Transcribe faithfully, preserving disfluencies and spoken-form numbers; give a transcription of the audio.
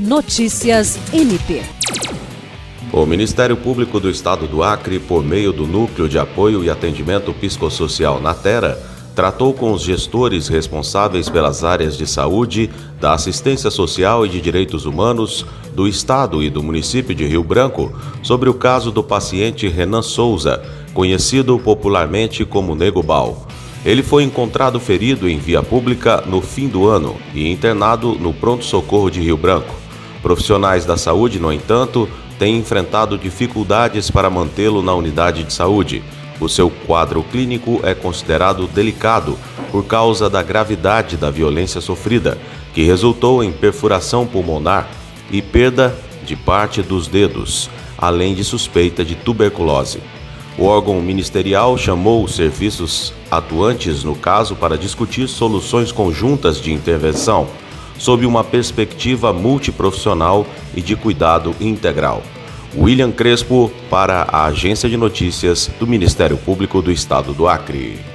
Notícias M P. O Ministério Público do Estado do Acre, por meio do Núcleo de Apoio e Atendimento Psicossocial Natera, tratou com os gestores responsáveis pelas áreas de saúde, da assistência social e de direitos humanos do Estado e do município de Rio Branco sobre o caso do paciente Renan Souza, conhecido popularmente como Nego Bau. Ele foi encontrado ferido em via pública no fim do ano e internado no pronto-socorro de Rio Branco. Profissionais da saúde, no entanto, têm enfrentado dificuldades para mantê-lo na unidade de saúde. O seu quadro clínico é considerado delicado por causa da gravidade da violência sofrida, que resultou em perfuração pulmonar e perda de parte dos dedos, além de suspeita de tuberculose. O órgão ministerial chamou os serviços atuantes no caso para discutir soluções conjuntas de intervenção, sob uma perspectiva multiprofissional e de cuidado integral. William Crespo, para a Agência de Notícias do Ministério Público do Estado do Acre.